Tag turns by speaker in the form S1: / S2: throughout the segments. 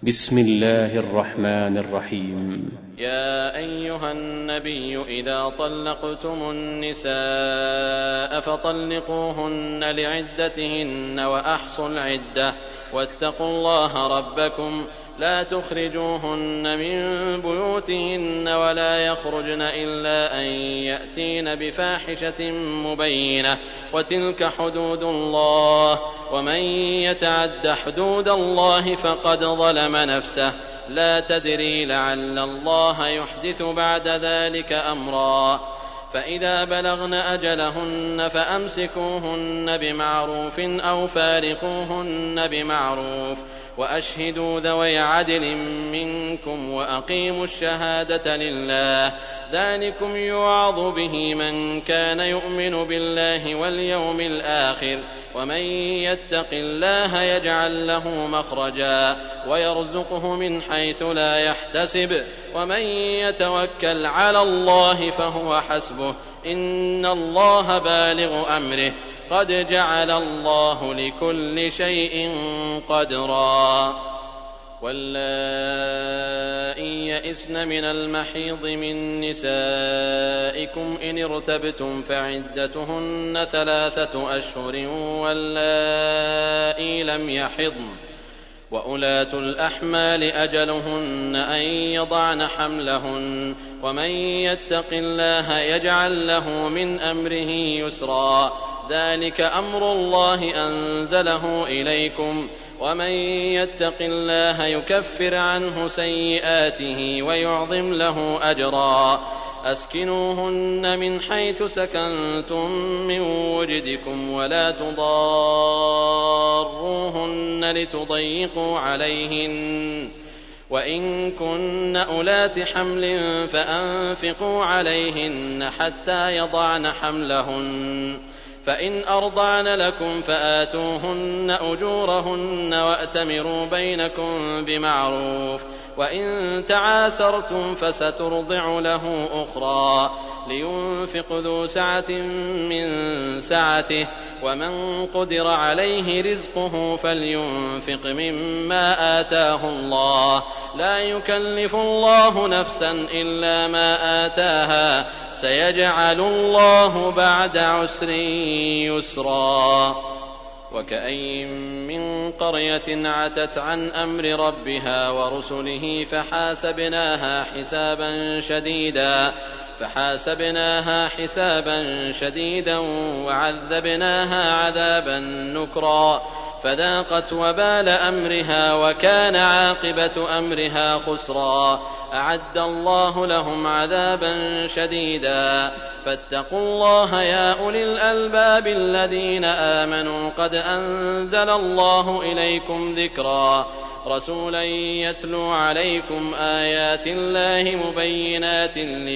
S1: بسم الله الرحمن الرحيم.
S2: يا أيها النبي إذا طلقتم النساء فطلقوهن لعدتهن وأحصوا العدة واتقوا الله ربكم لا تخرجوهن من بيوتهن ولا يخرجن إلا أن يأتين بفاحشة مبينة وتلك حدود الله ومن يتعد حدود الله فقد ظلم نفسه لا تدري لعل الله يحدث بعد ذلك أمرا فإذا بلغن أجلهن فأمسكوهن بمعروف أو فارقوهن بمعروف وأشهدوا ذوي عدل منكم وأقيموا الشهادة لله ذلكم يوعظ به من كان يؤمن بالله واليوم الآخر ومن يتق الله يجعل له مخرجا ويرزقه من حيث لا يحتسب ومن يتوكل على الله فهو حسبه إن الله بالغ أمره قد جعل الله لكل شيء قدرا واللائي يئسن من المحيض من نسائكم إن ارتبتم فعدتهن 3 أشهر واللائي لم يحضن وأولاة الأحمال أجلهن أن يضعن حملهن ومن يتق الله يجعل له من أمره يسرا ذلك أمر الله أنزله إليكم ومن يتق الله يكفر عنه سيئاته ويعظم له أجرا أسكنوهن من حيث سكنتم من وجدكم ولا تضاروهن لتضيقوا عليهن وإن كن أولات حمل فأنفقوا عليهن حتى يضعن حملهن فإن أرضعن لكم فآتوهن أجورهن وأتمروا بينكم بمعروف وإن تعاسرتم فسترضع له أخرى لينفق ذو سعة من سعته ومن قدر عليه رزقه فلينفق مما آتاه الله لا يكلف الله نفسا إلا ما آتاها سيجعل الله بعد عسر يسرا وكأين من قرية عتت عن أمر ربها ورسله فحاسبناها حسابا شديدا وعذبناها عذابا نكرا فذاقت وبال أمرها وكان عاقبة أمرها خسرا أعد الله لهم عذابا شديدا فاتقوا الله يا أولي الألباب الذين آمنوا قد أنزل الله إليكم ذكرا رسولا يتلو عليكم آيات الله مبينات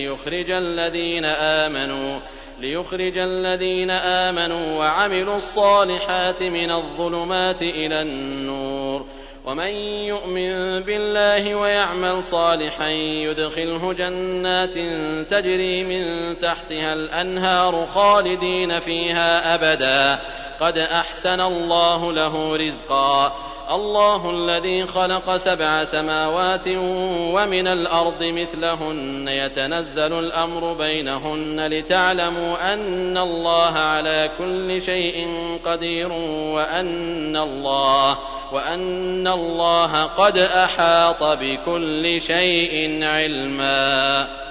S2: ليخرج الذين آمنوا وعملوا الصالحات من الظلمات إلى النور ومن يؤمن بالله ويعمل صالحا يدخله جنات تجري من تحتها الأنهار خالدين فيها أبدا قد أحسن الله له رزقا الله الذي خلق 7 سماوات ومن الأرض مثلهن يتنزل الأمر بينهن لتعلموا أن الله على كل شيء قدير وأن الله قد أحاط بكل شيء علما.